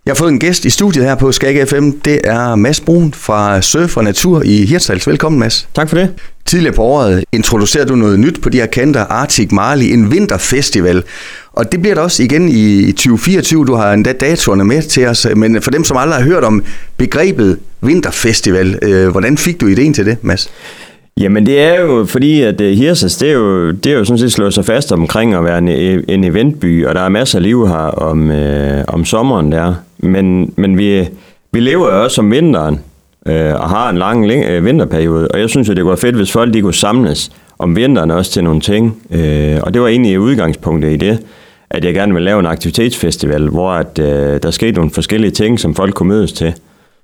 Jeg har fået en gæst i studiet her på Skag FM. Det er Mads Bruun fra Surf og Natur i Hirtshals. Velkommen, Mads. Tak for det. Tidligere på året introducerede du noget nyt på de her kanter, Arctic Marley, en vinterfestival. Og det bliver der også igen i 2024. Du har endda datoerne med til os. Men for dem, som aldrig har hørt om begrebet vinterfestival, hvordan fik du ideen til det, Mads? Jamen det er jo fordi, at Hirtshals, det er jo sådan set slået sig fast omkring at være en eventby, og der er masser af liv her om sommeren der. Men vi lever jo også om vinteren, og har en lang vinterperiode, og jeg synes jo, det var fedt, hvis folk de kunne samles om vinteren også til nogle ting. Og det var egentlig udgangspunktet i det, at jeg gerne ville lave en aktivitetsfestival, hvor at, der skete nogle forskellige ting, som folk kunne mødes til.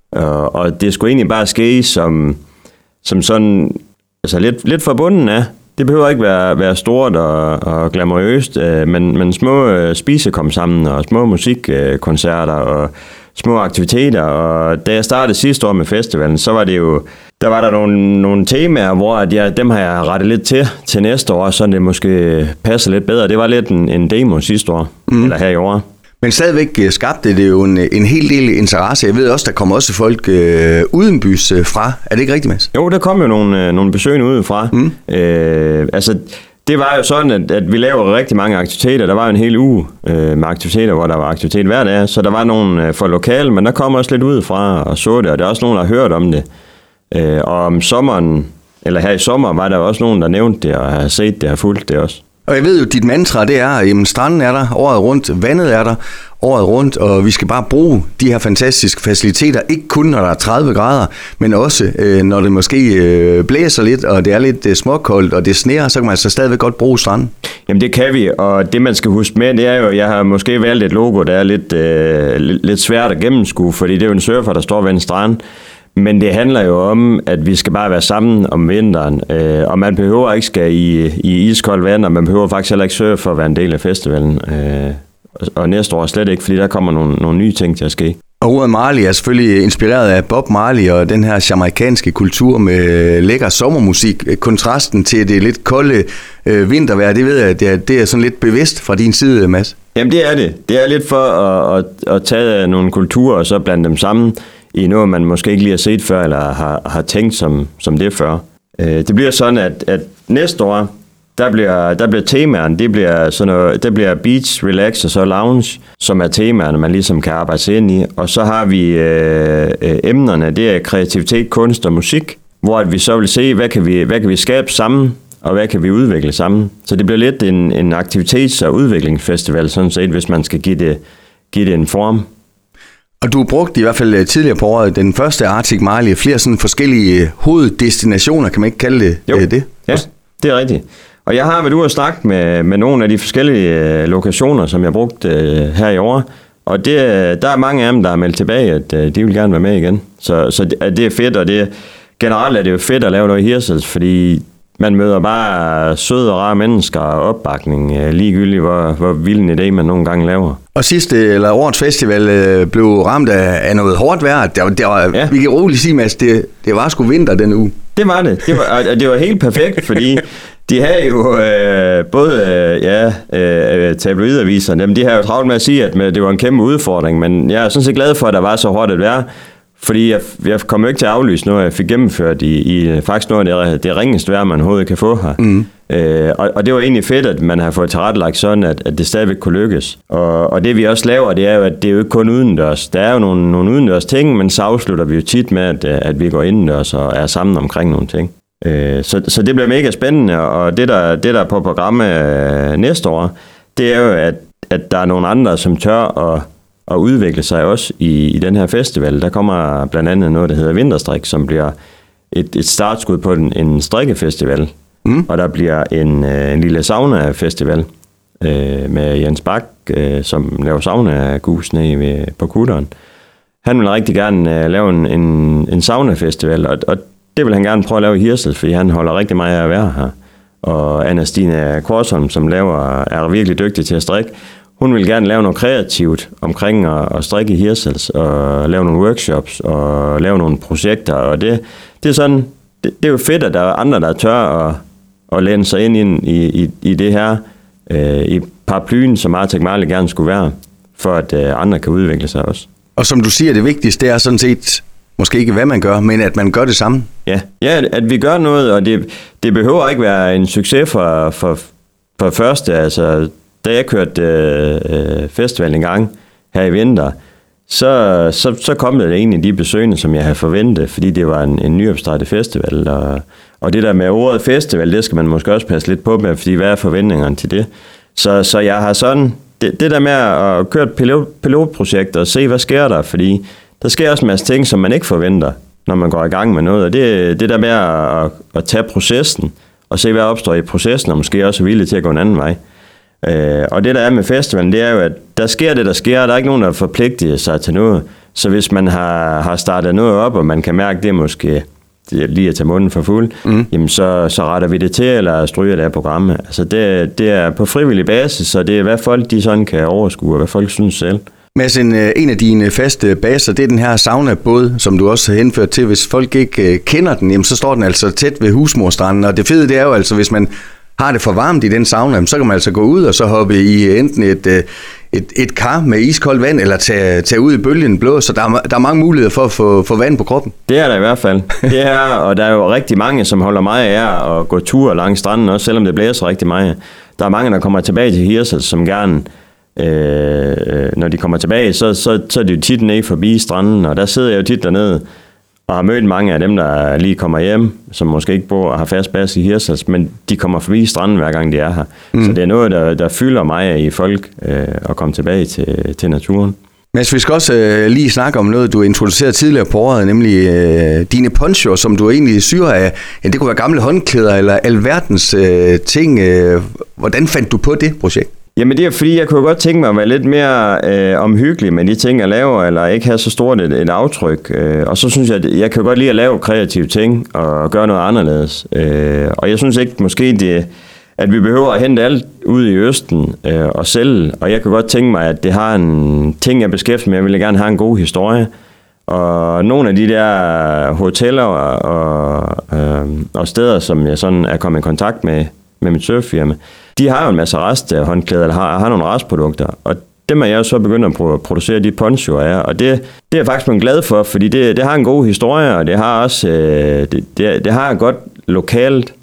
Og det skulle egentlig bare ske som sådan, altså lidt forbundet af. Det behøver ikke være stort og glamourøst, men små spiser sammen, og små musikkoncerter og små aktiviteter. Og da jeg startede sidste år med festivalen, så var det jo, der var der nogle temaer, hvor dem har jeg rettet lidt til næste år, så det måske passer lidt bedre. Det var lidt en demo sidste år, eller her i år. Men stadigvæk skabte det jo en hel del interesse. Jeg ved også, der kommer også folk udenbys fra. Er det ikke rigtigt, Mads? Jo, der kom jo nogle besøgende udefra. Altså, det var jo sådan, at vi laver rigtig mange aktiviteter. Der var jo en hel uge med aktiviteter, hvor der var aktivitet hver dag. Så der var nogle for lokale, men der kom også lidt udefra og så det. Og der er også nogen, der har hørt om det. Og om sommeren, eller her i sommer, var der også nogen, der nævnte det og har set det og fulgt det også. Og jeg ved jo, dit mantra, det er, at stranden er der året rundt, vandet er der året rundt, og vi skal bare bruge de her fantastiske faciliteter, ikke kun når der er 30 grader, men også når det måske blæser lidt, og det er lidt småkoldt, og det sneer, så kan man altså stadigvæk godt bruge stranden. Jamen det kan vi, og det man skal huske med, det er jo, jeg har måske valgt et logo, der er lidt svært at gennemskue, fordi det er jo en surfer, der står ved en strand. Men det handler jo om, at vi skal bare være sammen om vinteren, og man behøver ikke skal i iskoldt vand, og man behøver faktisk heller ikke surfe for at være en del af festivalen. Og næste år slet ikke, fordi der kommer nogle nye ting til at ske. Og ordet Marley er selvfølgelig inspireret af Bob Marley og den her jamaikanske kultur med lækker sommermusik. Kontrasten til det lidt kolde vintervejr, det ved jeg, det er sådan lidt bevidst fra din side, Mads. Jamen det er det. Det er lidt for at tage nogle kulturer og så blande dem sammen i noget, man måske ikke lige har set før, eller har tænkt som det før. Det bliver sådan, at næste år, der bliver temaerne, det bliver beach, relax og så lounge, som er temaerne, man ligesom kan arbejde sig ind i. Og så har vi emnerne, det er kreativitet, kunst og musik, hvor vi så vil se, hvad kan vi skabe sammen, og hvad kan vi udvikle sammen. Så det bliver lidt en aktivitets- og udviklingsfestival, sådan set, hvis man skal give det en form. Og du brugte i hvert fald tidligere på året den første Arctic Marley, flere sådan forskellige hoveddestinationer, kan man ikke kalde det? Jo, det? Ja, det er rigtigt. Og jeg har været ude og snakke med nogle af de forskellige lokationer, som jeg brugte her i år. Og der er mange af dem, der har meldt tilbage, at de vil gerne være med igen. Så det er fedt, og generelt er det jo fedt at lave noget i Hirtshals, fordi man møder bare søde og rare mennesker og opbakning, ligegyldigt hvor vild en idé man nogle gange laver. Og årets festival blev ramt af noget hårdt vejr. Ja. Vi kan roligt sige, Mads, det var sgu vinter den uge. Det var det. Det var helt perfekt, fordi de havde jo tabloidaviserne, de har jo travlt med at sige, at det var en kæmpe udfordring, men jeg er sådan set glad for, at der var så hårdt et vejr. Fordi jeg kom jo ikke til at aflyse noget, jeg fik gennemført i faktisk noget af det ringeste vejr, man overhovedet kan få her. Og det var egentlig fedt, at man har fået tilrettelagt sådan, at det stadigvæk kunne lykkes. Og det vi også laver, det er jo, at det er jo ikke kun udendørs. Der er jo nogle udendørs ting, men så afslutter vi jo tit med, at vi går indendørs og er sammen omkring nogle ting. Så det bliver mega spændende, og det der er på programmet næste år, det er jo, at der er nogle andre, som tør at udvikle sig også i den her festival. Der kommer blandt andet noget, der hedder Vinterstrik, som bliver et startskud på en strikkefestival. Og der bliver en lille sauna-festival med Jens Bak, som laver sauna-gus nede på Kutteren. Han vil rigtig gerne lave en sauna-festival, og det vil han gerne prøve at lave i Hirtshals, fordi han holder rigtig meget af at være her. Og Anna-Stine Korsholm, som er virkelig dygtig til at strikke, hun vil gerne lave noget kreativt omkring at strikke i Hirtshals, og lave nogle workshops, og lave nogle projekter, og det er sådan, det er jo fedt, at der er andre, der tør at læne sig ind i det her, i paraplyen, som Arctic Marley gerne skulle være, for at andre kan udvikle sig også. Og som du siger, det vigtigste, det er sådan set, måske ikke hvad man gør, men at man gør det samme. Ja, at vi gør noget, og det behøver ikke være en succes for første. Altså, da jeg kørte festivalen en gang her i vinter, så kom der egentlig de besøgende, som jeg havde forventet, fordi det var en nyopstartet festival. Og det der med ordet festival, det skal man måske også passe lidt på med, fordi hvad er forventningerne til det? Så jeg har sådan, det der med at køre et pilotprojekt og se, hvad sker der, fordi der sker også en masse ting, som man ikke forventer, når man går i gang med noget. Og det der med at tage processen, og se, hvad opstår i processen, og måske også er villig til at gå en anden vej. Og det der er med festivalen, det er jo, at der sker det, der sker, og der er ikke nogen, der forpligter sig til noget. Så hvis man har startet noget op, og man kan mærke, det er måske lige at tage munden for fuld, jamen så retter vi det til, eller stryger det af programmet. Altså det er på frivillig basis, så det er, hvad folk de sådan kan overskue, og hvad folk synes selv. Mads, en af dine faste baser, det er den her sauna-båd, som du også har henført til. Hvis folk ikke kender den, jamen, så står den altså tæt ved Husmorstranden. Og det fede, det er jo altså, hvis man har det for varmt i den sauna, så kan man altså gå ud og så hoppe i enten et kar med iskoldt vand, eller tage ud i bølgen blå. Så der er mange muligheder for at få vand på kroppen. Det er der i hvert fald. Det er, og der er jo rigtig mange, som holder meget af at gå tur langs stranden, også selvom det blæser rigtig meget. Der er mange, der kommer tilbage til Hirtshals, som gerne... når de kommer tilbage, så er det jo tit nede forbi stranden, og der sidder jeg jo tit dernede og har mødt mange af dem, der lige kommer hjem, som måske ikke bor og har fast base i Hirtshals, men de kommer forbi stranden hver gang de er her. Så det er noget, der fylder mig i folk at komme tilbage til naturen. Men vi skal også lige snakke om noget, du introducerede tidligere på året, nemlig dine ponchoer, som du egentlig syr af. Ja, det kunne være gamle håndklæder eller alverdens ting. Hvordan fandt du på det projekt? Jamen det er fordi, jeg kunne godt tænke mig at være lidt mere omhyggelig med de ting, jeg laver, eller ikke have så stort et aftryk. Og så synes jeg, at jeg kan godt lide at lave kreative ting og gøre noget anderledes. Og jeg synes ikke måske, at vi behøver at hente alt ud i Østen og sælge. Og jeg kan godt tænke mig, at det har en ting, jeg beskæftiger med. Jeg vil gerne have en god historie. Og nogle af de der hoteller og steder, som jeg sådan er kommet i kontakt med mit surffirma, de har jo en masse resthåndklæder, eller har nogle restprodukter, og dem er jeg jo så begyndt at producere de ponchoer af, og det er jeg faktisk blevet glad for, fordi det har en god historie, og det har også det har et godt lokalt,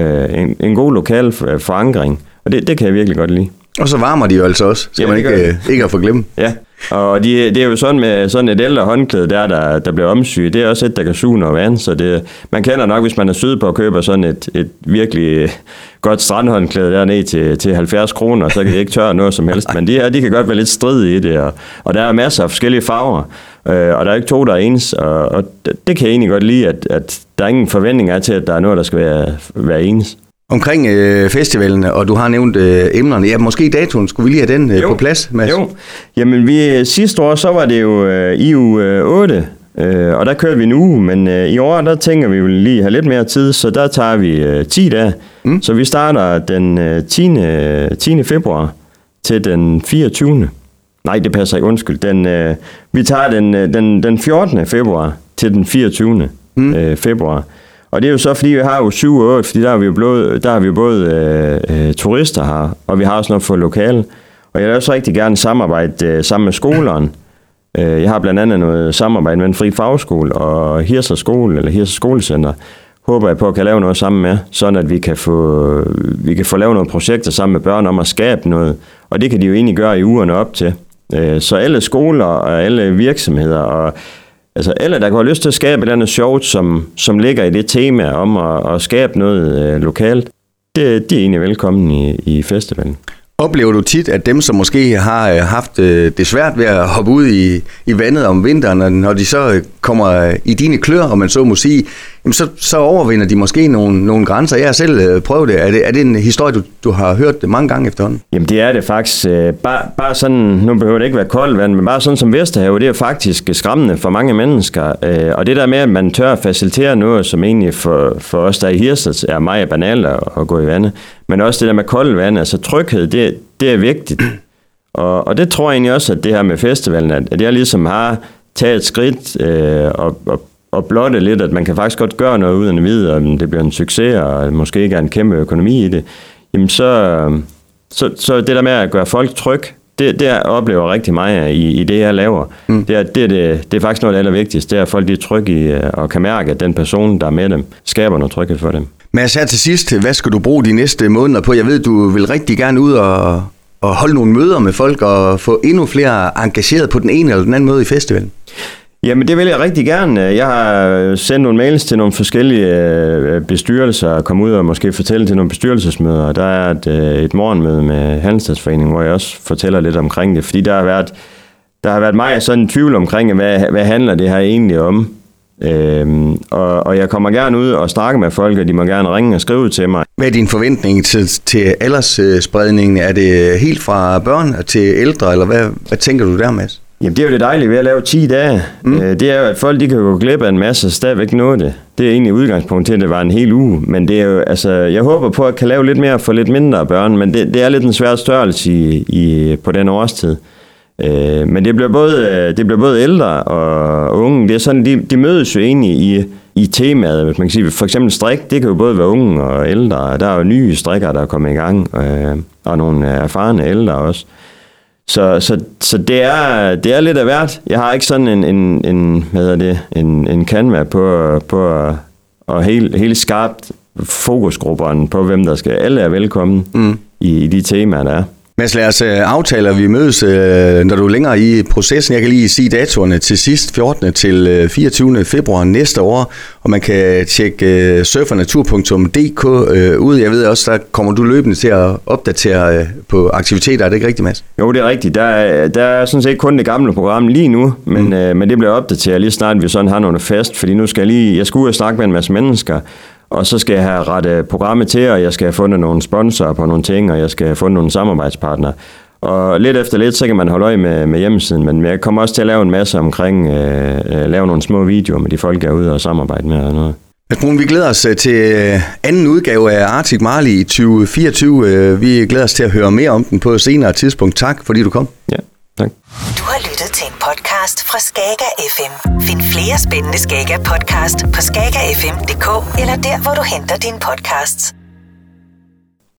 en god lokal forankring, og det kan jeg virkelig godt lide. Og så varmer de jo altså også, skal man ikke at forglemme. Ja, og det er jo sådan med sådan et ældre håndklæde, der bliver omsyget. Det er også et, der kan suge noget vand, så man kender nok, hvis man er sydpå og køber sådan et virkelig godt strandhåndklæde dernede til 70 kroner, så kan det ikke tørre noget som helst. Men de kan godt være lidt stridige i det, og der er masser af forskellige farver, og der er ikke to, der er ens, og det kan jeg egentlig godt lide, at der er ingen forventninger til, at der er noget, der skal være ens. Omkring festivalen, og du har nævnt emnerne. Ja, måske datoen. Skulle vi lige have den på plads, Mads? Jo. Jamen, sidste år, så var det jo i uge 8, og der kørte vi en uge, men i år, der tænker vi jo lige have lidt mere tid, så der tager vi 10 dage. Så vi starter den 10. februar til den 24. Nej, det passer ikke, undskyld. Vi tager den 14. februar til den 24. Februar. Og det er jo så, fordi vi har jo 7 og 8, fordi der har vi jo både turister her, og vi har også noget for lokale. Og jeg vil også rigtig gerne samarbejde sammen med skolerne. Jeg har blandt andet noget samarbejde med en fri fagskole og Hirtshals skole, eller Hirtshals skolecenter. Håber jeg på at kan lave noget sammen med, sådan at vi kan få lavet nogle projekter sammen med børn om at skabe noget. Og det kan de jo egentlig gøre i ugerne op til. Så alle skoler og alle virksomheder og altså alle, der kan have lyst til at skabe et eller andet sjovt, som ligger i det tema om at skabe noget lokalt, de er egentlig velkommen i festivalen. Oplever du tit, at dem, som måske har haft det svært ved at hoppe ud i vandet om vinteren, når de så kommer i dine klør, og man så må sige, jamen så overvinder de måske nogle grænser. Jeg har selv prøvet det. Er det en historie, du har hørt mange gange efterhånden? Jamen det er det faktisk. Bare sådan, nu behøver det ikke være koldt vand, men bare sådan som Vesterhavet, det er faktisk skræmmende for mange mennesker. Og det der med, at man tør at facilitere noget, som egentlig for os, der i Hirtshals, er meget banalt at gå i vandet. Men også det der med koldt vand, altså tryghed, det er vigtigt. Og det tror jeg egentlig også, at det her med festivalen, at jeg ligesom har taget et skridt og blotte lidt, at man kan faktisk godt gøre noget uden at vide, om det bliver en succes, og måske ikke er en kæmpe økonomi i det. Jamen så det der med at gøre folk tryg, Det oplever rigtig meget i det, jeg laver. Det er faktisk noget af det allervigtigste. Det er, at folk de er trygge i og kan mærke, at den person, der er med dem, skaber noget tryghed for dem. Mads, her til sidst, hvad skal du bruge de næste måneder på? Jeg ved, du vil rigtig gerne ud og holde nogle møder med folk og få endnu flere engageret på den ene eller den anden måde i festivalen. Jamen det vil jeg rigtig gerne. Jeg har sendt nogle mails til nogle forskellige bestyrelser og komme ud og måske fortælle til nogle bestyrelsesmøder. Der er et morgenmøde med Handelsstandsforeningen, hvor jeg også fortæller lidt omkring det, fordi der har været meget sådan tvivl omkring, hvad handler det her egentlig om. Og jeg kommer gerne ud og snakke med folk, og de må gerne ringe og skrive til mig. Hvad er din forventning til aldersspredningen? Er det helt fra børn til ældre, eller hvad tænker du der, Mads? Jamen det er jo det dejlige ved at lave 10 dage. Det er jo, at folk de kan gå glip af en masse og stadigvæk nå det. Det er egentlig udgangspunkt til, at det var en hel uge. Men det er jo, altså, jeg håber på, at jeg kan lave lidt mere for lidt mindre børn, men det er lidt en svær størrelse på den årstid. Men det bliver både ældre og unge. Det er sådan, de mødes jo egentlig i temaet. Hvis man kan sige, for eksempel strik, det kan jo både være unge og ældre. Der er jo nye strikker, der er kommet i gang, og nogle erfarne ældre også. Så det er lidt af hvert. Jeg har ikke sådan en canvas på og helt skarpt fokusgrupperne på, hvem der skal. Alle er velkommen i de temaer, der er. Mads, lad os aftale, at vi mødes, når du er længere i processen. Jeg kan lige sige datoerne til sidst, 14. til 24. februar næste år, og man kan tjekke surfernatur.dk ud. Jeg ved også, der kommer du løbende til at opdatere på aktiviteter. Er det ikke rigtigt, Mads? Jo, det er rigtigt. Der er sådan set kun det gamle program lige nu, men det bliver opdateret lige snart, vi sådan har noget fast, fordi nu skal jeg skal ud og snakke med en masse mennesker, og så skal jeg have rettet programmet til, og jeg skal have fundet nogle sponsorer på nogle ting, og jeg skal have fundet nogle samarbejdspartnere. Og lidt efter lidt, så kan man holde øje med hjemmesiden, men jeg kommer også til at lave en masse omkring, lave nogle små videoer med de folk, jeg er ude og samarbejde med og noget. Mads Brun, vi glæder os til anden udgave af Arctic Marley i 2024. Vi glæder os til at høre mere om den på et senere tidspunkt. Tak, fordi du kom. Ja, tak. Du har lyttet til en podcast fra Skager FM. Find flere spændende Skager podcast på skagerfm.dk eller der, hvor du henter dine podcasts.